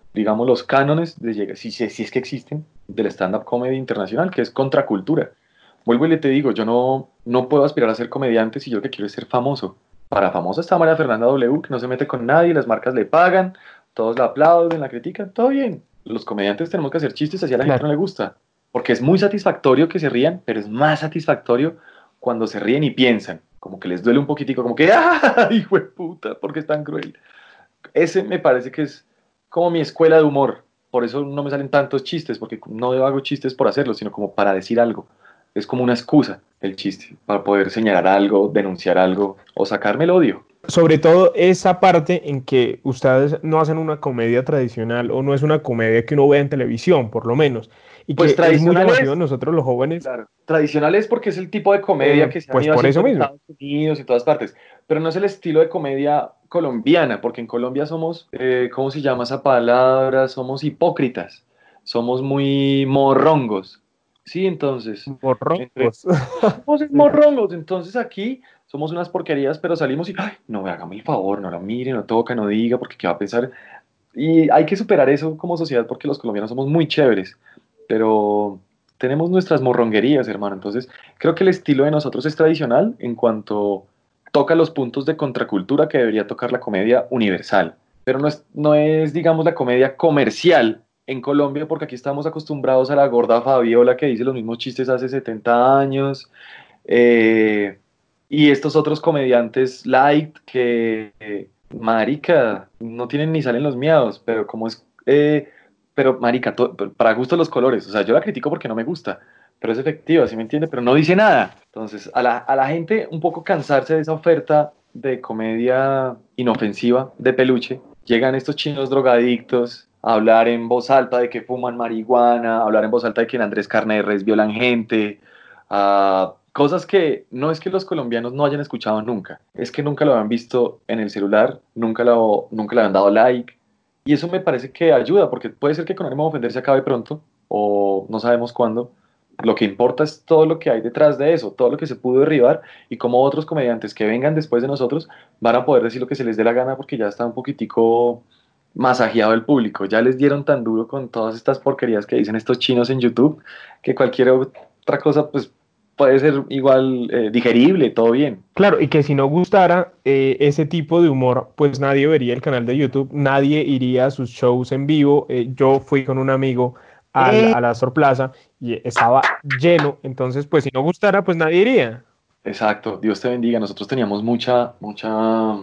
digamos, los cánones, de llegar, si, si si es que existen, del stand-up comedy internacional, que es contracultura. Vuelvo y le te digo, yo no, no puedo aspirar a ser comediante si yo lo que quiero es ser famoso. Para famoso está María Fernanda W, que no se mete con nadie, las marcas le pagan, todos la aplauden, la critican, todo bien. Los comediantes tenemos que hacer chistes así a la gente Claro. no le gusta, porque es muy satisfactorio que se rían, pero es más satisfactorio cuando se ríen y piensan, como que les duele un poquitico, como que, ¡ah, hijo de puta! ¿Por qué es tan cruel? Ese me parece que es como mi escuela de humor. Por eso no me salen tantos chistes, porque no hago chistes por hacerlo, sino como para decir algo. Es como una excusa el chiste, para poder señalar algo, denunciar algo o sacarme el odio. Sobre todo esa parte en que ustedes no hacen una comedia tradicional o no es una comedia que uno vea en televisión, por lo menos, y Pues que es muy tradicional llamativo es, en nosotros los jóvenes, claro, tradicional es porque es el tipo de comedia eh, que se han pues ido por haciendo eso en mismo. Estados Unidos y en todas partes, pero no es el estilo de comedia colombiana, porque en Colombia somos, eh, ¿cómo se llama esa palabra? Somos hipócritas, somos muy morrongos, ¿sí? Entonces, entre, Morrocos. somos Sí. morrongos, entonces aquí somos unas porquerías, pero salimos y, ay, no, hágame el favor, no la mire, no toca, no diga, porque qué va a pensar. Y hay que superar eso como sociedad porque los colombianos somos muy chéveres, pero tenemos nuestras morronguerías, hermano. Entonces, creo que el estilo de nosotros es tradicional en cuanto toca los puntos de contracultura que debería tocar la comedia universal, pero no es, no es, digamos, la comedia comercial en Colombia, porque aquí estamos acostumbrados a la gorda Fabiola que dice los mismos chistes hace setenta años, eh, y estos otros comediantes light que, eh, marica, no tienen ni salen los miados, pero como es, eh, pero marica, to- para gusto los colores, o sea, yo la critico porque no me gusta, pero es efectiva, ¿sí me entiende? Pero no dice nada. Entonces, a la, a la gente un poco cansarse de esa oferta de comedia inofensiva, de peluche, llegan estos chinos drogadictos a hablar en voz alta de que fuman marihuana, a hablar en voz alta de que en Andrés Carne de Res violan gente, a cosas que no es que los colombianos no hayan escuchado nunca, es que nunca lo han visto en el celular, nunca, lo, nunca le han dado like, y eso me parece que ayuda, porque puede ser que con ánimo de ofender se acabe pronto, o no sabemos cuándo. Lo que importa es todo lo que hay detrás de eso, todo lo que se pudo derribar y cómo otros comediantes que vengan después de nosotros van a poder decir lo que se les dé la gana porque ya está un poquitico masajeado el público. Ya les dieron tan duro con todas estas porquerías que dicen estos chinos en YouTube que cualquier otra cosa pues puede ser igual eh, digerible, todo bien. Claro, y que si no gustara eh, ese tipo de humor, pues nadie vería el canal de YouTube, nadie iría a sus shows en vivo. Eh, yo fui con un amigo al, Eh, a la Astor Plaza y estaba lleno, entonces pues si no gustara, pues nadie iría. Exacto, Dios te bendiga. Nosotros teníamos mucha, mucha,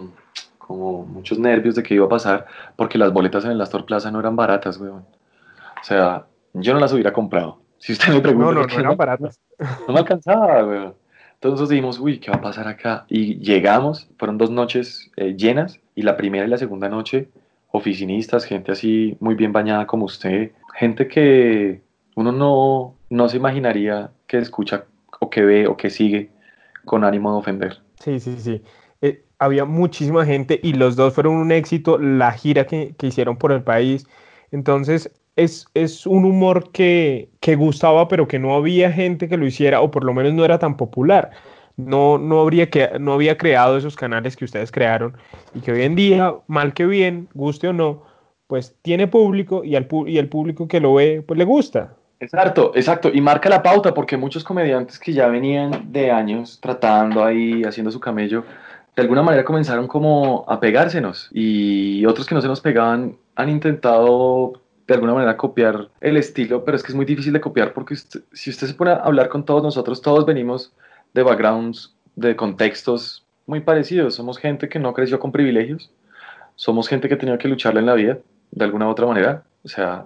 como muchos nervios de que iba a pasar porque las boletas en el Astor Plaza no eran baratas, weón. O sea, yo no las hubiera comprado. Si usted me No, pregunta no, por no qué no, eran no, baratas. no me alcanzaba, weón. Entonces dijimos, uy, ¿qué va a pasar acá? Y llegamos, fueron dos noches eh, llenas y la primera y la segunda noche, oficinistas, gente así muy bien bañada como usted, gente que uno no, no se imaginaría que escucha o que ve o que sigue con ánimo de ofender. Sí, sí, sí. Eh, había muchísima gente y los dos fueron un éxito, la gira que, que hicieron por el país. Entonces, es, es un humor que, que gustaba, pero que no había gente que lo hiciera, o por lo menos no era tan popular. No, no habría que, no había creado esos canales que ustedes crearon y que hoy en día, mal que bien, guste o no, pues tiene público y, al, pu- y el público que lo ve, pues le gusta. Exacto, exacto, y marca la pauta porque muchos comediantes que ya venían de años tratando ahí, haciendo su camello, de alguna manera comenzaron como a pegársenos y otros que no se nos pegaban han intentado de alguna manera copiar el estilo, pero es que es muy difícil de copiar porque usted- si usted se pone a hablar con todos nosotros, todos venimos de backgrounds, de contextos muy parecidos, somos gente que no creció con privilegios, somos gente que ha tenido que lucharla en la vida de alguna u otra manera, o sea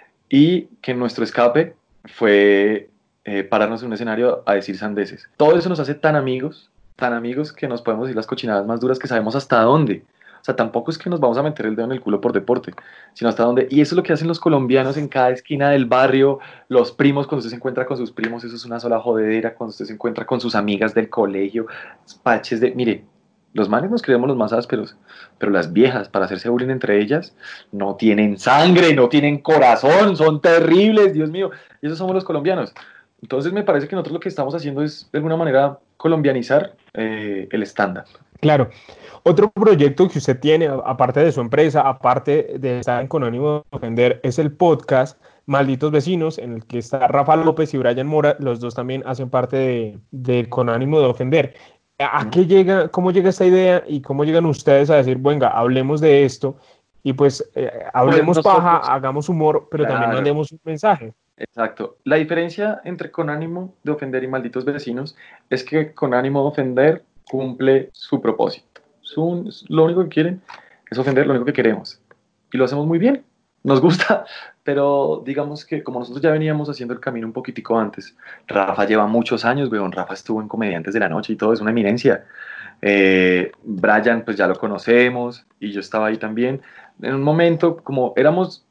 y que nuestro escape fue eh, pararnos en un escenario a decir sandeces. Todo eso nos hace tan amigos, tan amigos que nos podemos decir las cochinadas más duras que sabemos hasta dónde. O sea, tampoco es que nos vamos a meter el dedo en el culo por deporte, sino hasta dónde. Y eso es lo que hacen los colombianos en cada esquina del barrio, los primos, cuando usted se encuentra con sus primos, eso es una sola jodedera, cuando usted se encuentra con sus amigas del colegio, paches de... Mire, los manes nos creemos los más ásperos, pero las viejas, para hacerse bullying entre ellas, no tienen sangre, no tienen corazón, son terribles, Dios mío. Y esos somos los colombianos. Entonces me parece que nosotros lo que estamos haciendo es de alguna manera colombianizar eh, el estándar. Claro. Otro proyecto que usted tiene, a- aparte de su empresa, aparte de estar en Con ánimo de ofender, es el podcast Malditos Vecinos, en el que está Rafa López y Brian Mora, los dos también hacen parte de, de Con ánimo de ofender. ¿A a ¿Mm? qué llega, cómo llega esta idea y cómo llegan ustedes a decir, venga, hablemos de esto y pues eh, Pues hablemos paja, nosotros, hagamos humor, pero también claro, mandemos un mensaje? exacto. La diferencia entre con ánimo de ofender y malditos vecinos es que con ánimo de ofender cumple su propósito. Su- lo único que quieren es ofender, lo único que queremos. Y lo hacemos muy bien. Nos gusta, pero digamos que como nosotros ya veníamos haciendo el camino un poquitico antes, Rafa lleva muchos años, weón. Rafa estuvo en Comediantes de la Noche y todo, es una eminencia. Eh, Brian, pues ya lo conocemos y yo estaba ahí también. En un momento, como éramos,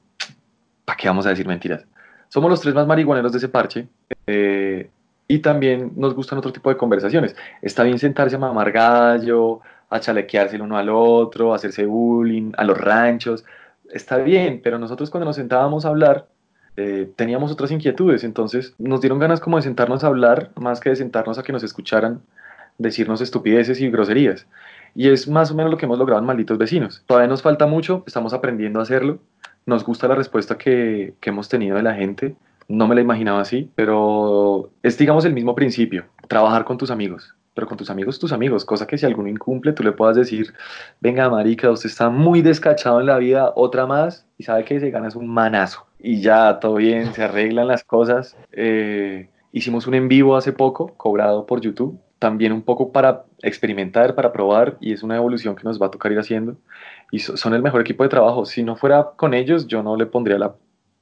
¿para qué vamos a decir mentiras? Somos los tres más marihuaneros de ese parche, eh, y también nos gustan otro tipo de conversaciones. Está bien sentarse a mamar gallo, a chalequearse el uno al otro, a hacerse bullying, a los ranchos. Está bien, pero nosotros cuando nos sentábamos a hablar, eh, teníamos otras inquietudes, entonces nos dieron ganas como de sentarnos a hablar, más que de sentarnos a que nos escucharan decirnos estupideces y groserías. Y es más o menos lo que hemos logrado en Malditos Vecinos. Todavía nos falta mucho, estamos aprendiendo a hacerlo. Nos gusta la respuesta que, que hemos tenido de la gente. No me la imaginaba así, pero es, digamos, el mismo principio. Trabajar con tus amigos, pero con tus amigos, tus amigos. Cosa que si alguno incumple, tú le puedas decir, venga, marica, usted está muy descachado en la vida, otra más, y sabe que se gana es un manazo. Y ya, todo bien, se arreglan las cosas. Eh, hicimos un en vivo hace poco, cobrado por YouTube, también un poco para experimentar, para probar, y es una evolución que nos va a tocar ir haciendo. Y so- son el mejor equipo de trabajo. Si no fuera con ellos, yo no le pondría la,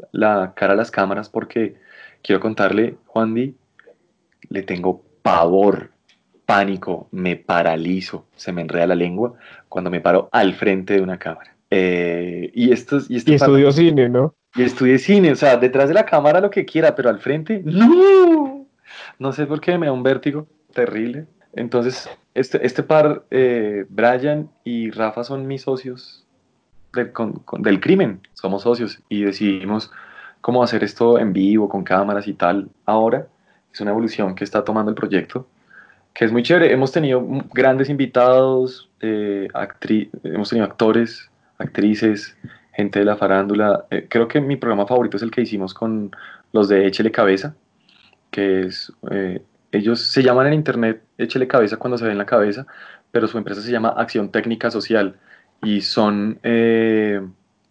la cara a las cámaras porque quiero contarle, Juan Di, le tengo pavor, pánico, me paralizo, se me enreda la lengua cuando me paro al frente de una cámara. Eh, y, estos, y este Y par estudió cine, ¿no? y estudié cine, o sea, detrás de la cámara lo que quiera, pero al frente, ¡no! No sé por qué me da un vértigo terrible. Entonces, este, este par, eh, Brian y Rafa son mis socios del, con- con- del crimen, somos socios y decidimos cómo hacer esto en vivo, con cámaras y tal. Ahora es una evolución que está tomando el proyecto, que es muy chévere. Hemos tenido m- grandes invitados, eh, actri- hemos tenido actores, actrices, gente de la farándula. Eh, creo que mi programa favorito es el que hicimos con los de Échele Cabeza, que es, eh, ellos se llaman en internet Échele Cabeza cuando se ven la cabeza, pero su empresa se llama Acción Técnica Social y son eh,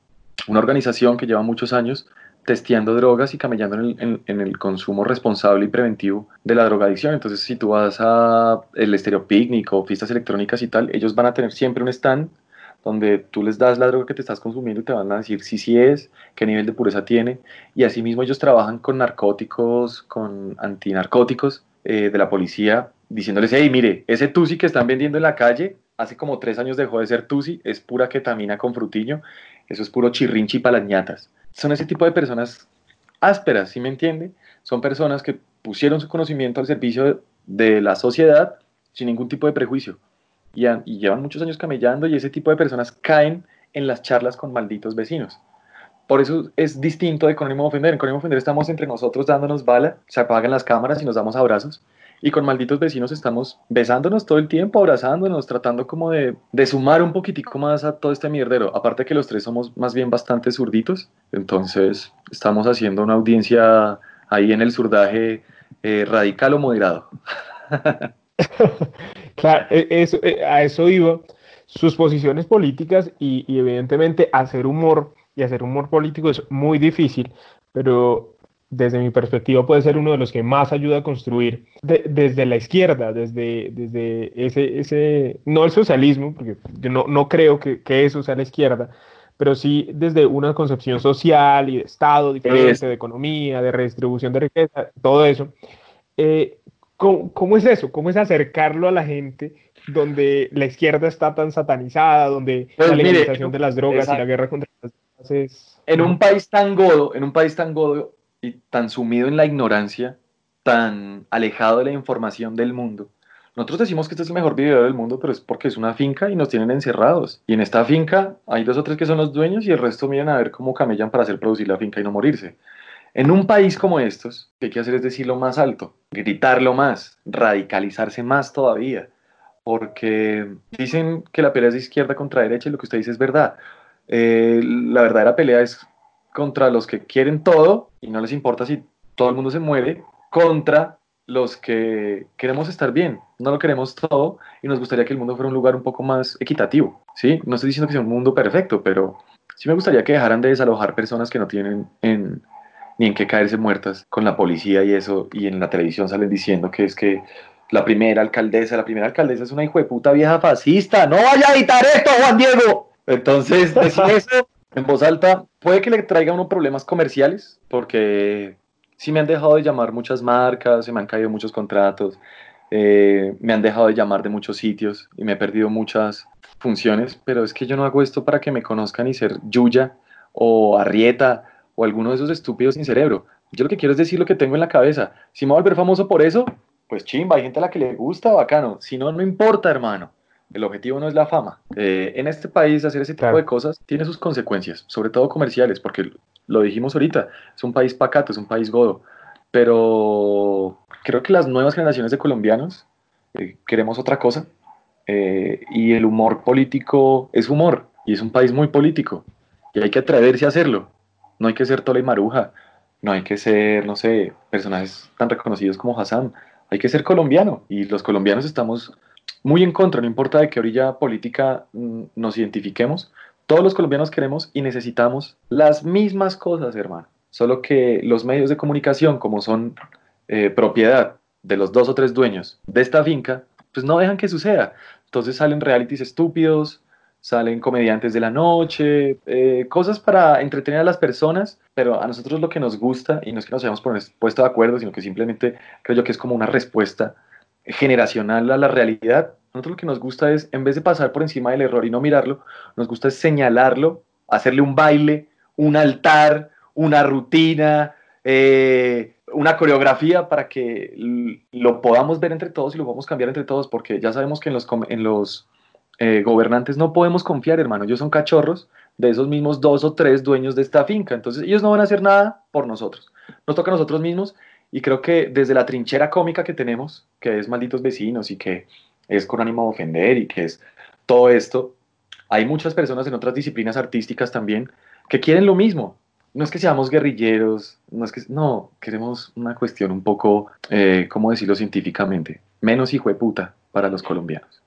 una organización que lleva muchos años testeando drogas y camellando en el, en- en el consumo responsable y preventivo de la drogadicción. Entonces, si tú vas a el Estéreo Picnic o fiestas electrónicas y tal, ellos van a tener siempre un stand donde tú les das la droga que te estás consumiendo y te van a decir si sí es, qué nivel de pureza tiene. Y asimismo ellos trabajan con narcóticos, con antinarcóticos eh, de la policía, diciéndoles, hey, mire, ese tusi que están vendiendo en la calle, hace como tres años dejó de ser tusi, es pura ketamina con frutiño, eso es puro chirrinchi para las ñatas. Son ese tipo de personas ásperas, ¿sí me entiende? Son personas que pusieron su conocimiento al servicio de, de la sociedad sin ningún tipo de prejuicio y, han- y llevan muchos años camellando y ese tipo de personas caen en las charlas con malditos vecinos. Por eso es distinto de Con ánimo de ofender. En Con ánimo de ofender estamos entre nosotros dándonos bala, se apagan las cámaras y nos damos abrazos. Y con malditos vecinos estamos besándonos todo el tiempo, abrazándonos, tratando como de, de sumar un poquitico más a todo este mierdero. Aparte que los tres somos más bien bastante zurditos, entonces estamos haciendo una audiencia ahí en el zurdaje, eh, radical o moderado. Claro, e- eso, eh, a eso iba. Sus posiciones políticas y, y evidentemente hacer humor y hacer humor político es muy difícil, pero desde mi perspectiva puede ser uno de los que más ayuda a construir de- desde la izquierda, desde, desde ese, ese, no el socialismo, porque yo no, no creo que, que eso sea la izquierda, pero sí desde una concepción social y de Estado Es, diferente, de economía, de redistribución de riqueza, todo eso. Eh, ¿cómo, cómo es eso? ¿Cómo es acercarlo a la gente donde la izquierda está tan satanizada, donde la pues mire, en legalización un, de las drogas y la exacto. guerra contra las drogas es... En un Ujú. país tan godo, en un país tan godo y tan sumido en la ignorancia, tan alejado de la información del mundo, nosotros decimos que este es el mejor video del mundo, pero es porque es una finca y nos tienen encerrados. Y en esta finca hay dos o tres que son los dueños y el resto miran a ver cómo camellan para hacer producir la finca y no morirse. En un país como estos, lo que hay que hacer es decirlo más alto, gritarlo más, radicalizarse más todavía, porque dicen que la pelea es de izquierda contra derecha y lo que usted dice es verdad. Eh, la verdadera pelea es contra los que quieren todo y no les importa si todo el mundo se muere, contra los que queremos estar bien, no lo queremos todo y nos gustaría que el mundo fuera un lugar un poco más equitativo, ¿sí? No estoy diciendo que sea un mundo perfecto, pero sí me gustaría que dejaran de desalojar personas que no tienen en, ni en qué caerse muertas con la policía y eso, y en la televisión salen diciendo que es que la primera alcaldesa, la primera alcaldesa es una hijueputa vieja fascista, no vaya a editar esto, Juan Diego. Entonces, decir eso en voz alta puede que le traiga a uno problemas comerciales, porque sí me han dejado de llamar muchas marcas, se me han caído muchos contratos, eh, me han dejado de llamar de muchos sitios y me he perdido muchas funciones, pero es que yo no hago esto para que me conozcan y ser Yuya o Arrieta o alguno de esos estúpidos sin cerebro. Yo lo que quiero es decir lo que tengo en la cabeza. Si me voy a volver famoso por eso, pues chimba, hay gente a la que le gusta, bacano. Si no, no importa, hermano. El objetivo no es la fama. Eh, en este país hacer ese tipo de Claro. cosas tiene sus consecuencias, sobre todo comerciales, porque lo dijimos ahorita, es un país pacato, es un país godo. Pero creo que las nuevas generaciones de colombianos eh, queremos otra cosa. Eh, y el humor político es humor, y es un país muy político, y hay que atreverse a hacerlo. No hay que ser Tola y Maruja, no hay que ser, no sé, personajes tan reconocidos como Hassan. Hay que ser colombiano, y los colombianos estamos muy en contra, no importa de qué orilla política mm, nos identifiquemos, todos los colombianos queremos y necesitamos las mismas cosas, hermano. Solo que los medios de comunicación, como son eh, propiedad de los dos o tres dueños de esta finca, pues no dejan que suceda. Entonces salen realities estúpidos, salen comediantes de la noche, eh, cosas para entretener a las personas, pero a nosotros lo que nos gusta, y no es que nos hayamos puesto de acuerdo, sino que simplemente creo yo que es como una respuesta generacional a la realidad. A nosotros lo que nos gusta es, en vez de pasar por encima del error y no mirarlo, nos gusta es señalarlo, hacerle un baile, un altar, una rutina, eh, una coreografía para que l- lo podamos ver entre todos y lo podamos cambiar entre todos, porque ya sabemos que en los, com- en los eh, gobernantes no podemos confiar, hermano. Ellos son cachorros de esos mismos dos o tres dueños de esta finca. Entonces, ellos no van a hacer nada por nosotros. Nos toca a nosotros mismos y creo que desde la trinchera cómica que tenemos, que es Malditos Vecinos y que es con ánimo de ofender y que es todo esto, hay muchas personas en otras disciplinas artísticas también que quieren lo mismo. No es que seamos guerrilleros, no es que, no, queremos una cuestión un poco, eh, ¿cómo decirlo científicamente? Menos hijo de puta para los colombianos.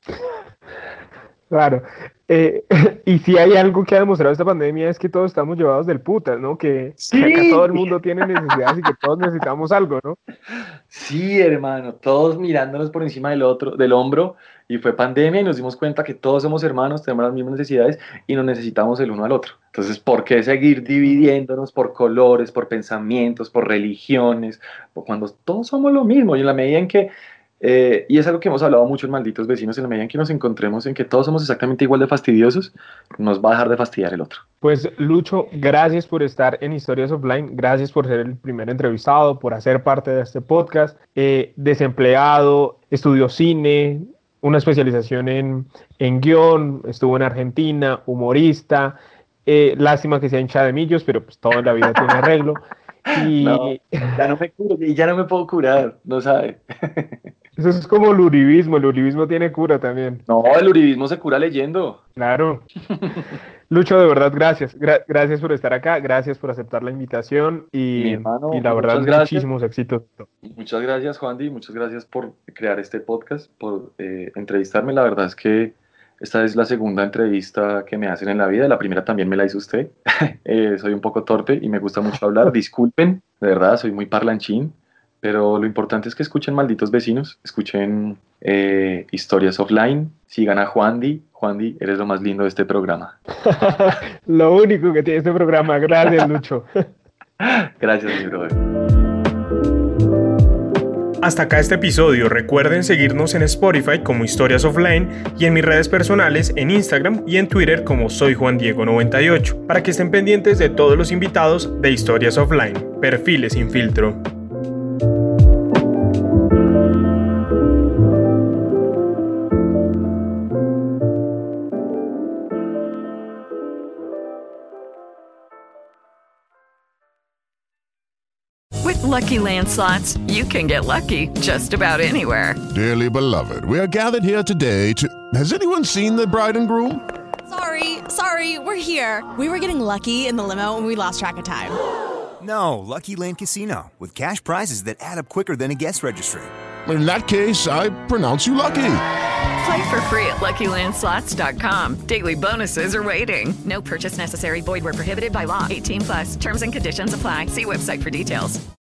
Claro. Eh, y si hay algo que ha demostrado esta pandemia es que todos estamos llevados del putas, ¿no? Que, que acá todo Sí, el mundo tiene necesidades y que todos necesitamos algo, ¿no? sí, hermano, todos mirándonos por encima del otro, del hombro, y fue pandemia y nos dimos cuenta que todos somos hermanos, tenemos las mismas necesidades y nos necesitamos el uno al otro. Entonces, ¿por qué seguir dividiéndonos por colores, por pensamientos, por religiones, por cuando todos somos lo mismo? Y en la medida en que, eh, y es algo que hemos hablado mucho en Malditos Vecinos, en la medida en que nos encontremos en que todos somos exactamente igual de fastidiosos, nos va a dejar de fastidiar el otro. Pues Lucho, gracias por estar en Historias Offline, gracias por ser el primer entrevistado, por hacer parte de este podcast. Eh, desempleado, estudió cine, una especialización en, en guión, estuvo en Argentina, humorista. Eh, lástima que sea hincha de millos, pero pues todo en la vida tiene arreglo. No, Y ya no me curo, y ya no me puedo curar, no sabe. eso es como el uribismo, el uribismo tiene cura también. No, el uribismo se cura leyendo. Claro. Lucho, de verdad, gracias. Gra- gracias por estar acá, gracias por aceptar la invitación Mi y, y hermano, la verdad, muchas gracias. muchísimos éxitos. Muchas gracias, Juan Di. Muchas gracias por crear este podcast, por eh, entrevistarme. La verdad es que esta es la segunda entrevista que me hacen en la vida. La primera también me la hizo usted. Eh, soy un poco torpe y me gusta mucho hablar. Disculpen, de verdad, soy muy parlanchín. Pero lo importante es que escuchen Malditos Vecinos, escuchen eh, Historias Offline, sigan a Juan Di. Juan Di, eres lo más lindo de este programa. Lo único que tiene este programa. Gracias, Lucho. Gracias, mi brother. Hasta acá este episodio. Recuerden seguirnos en Spotify como Historias Offline y en mis redes personales en Instagram y en Twitter como soy Juan Diego noventa y ocho para que estén pendientes de todos los invitados de Historias Offline. Perfiles sin filtro. With Lucky Land Slots, you can get lucky just about anywhere. Dearly beloved, we are gathered here today to... Has anyone seen the bride and groom? Sorry, sorry, we're here. We were getting lucky in the limo and we lost track of time. No, Lucky Land Casino, with cash prizes that add up quicker than a guest registry. In that case, I pronounce you lucky. Play for free at Lucky Land Slots dot com. Daily bonuses are waiting. No purchase necessary. Void where prohibited by law. eighteen plus. Terms and conditions apply. See website for details.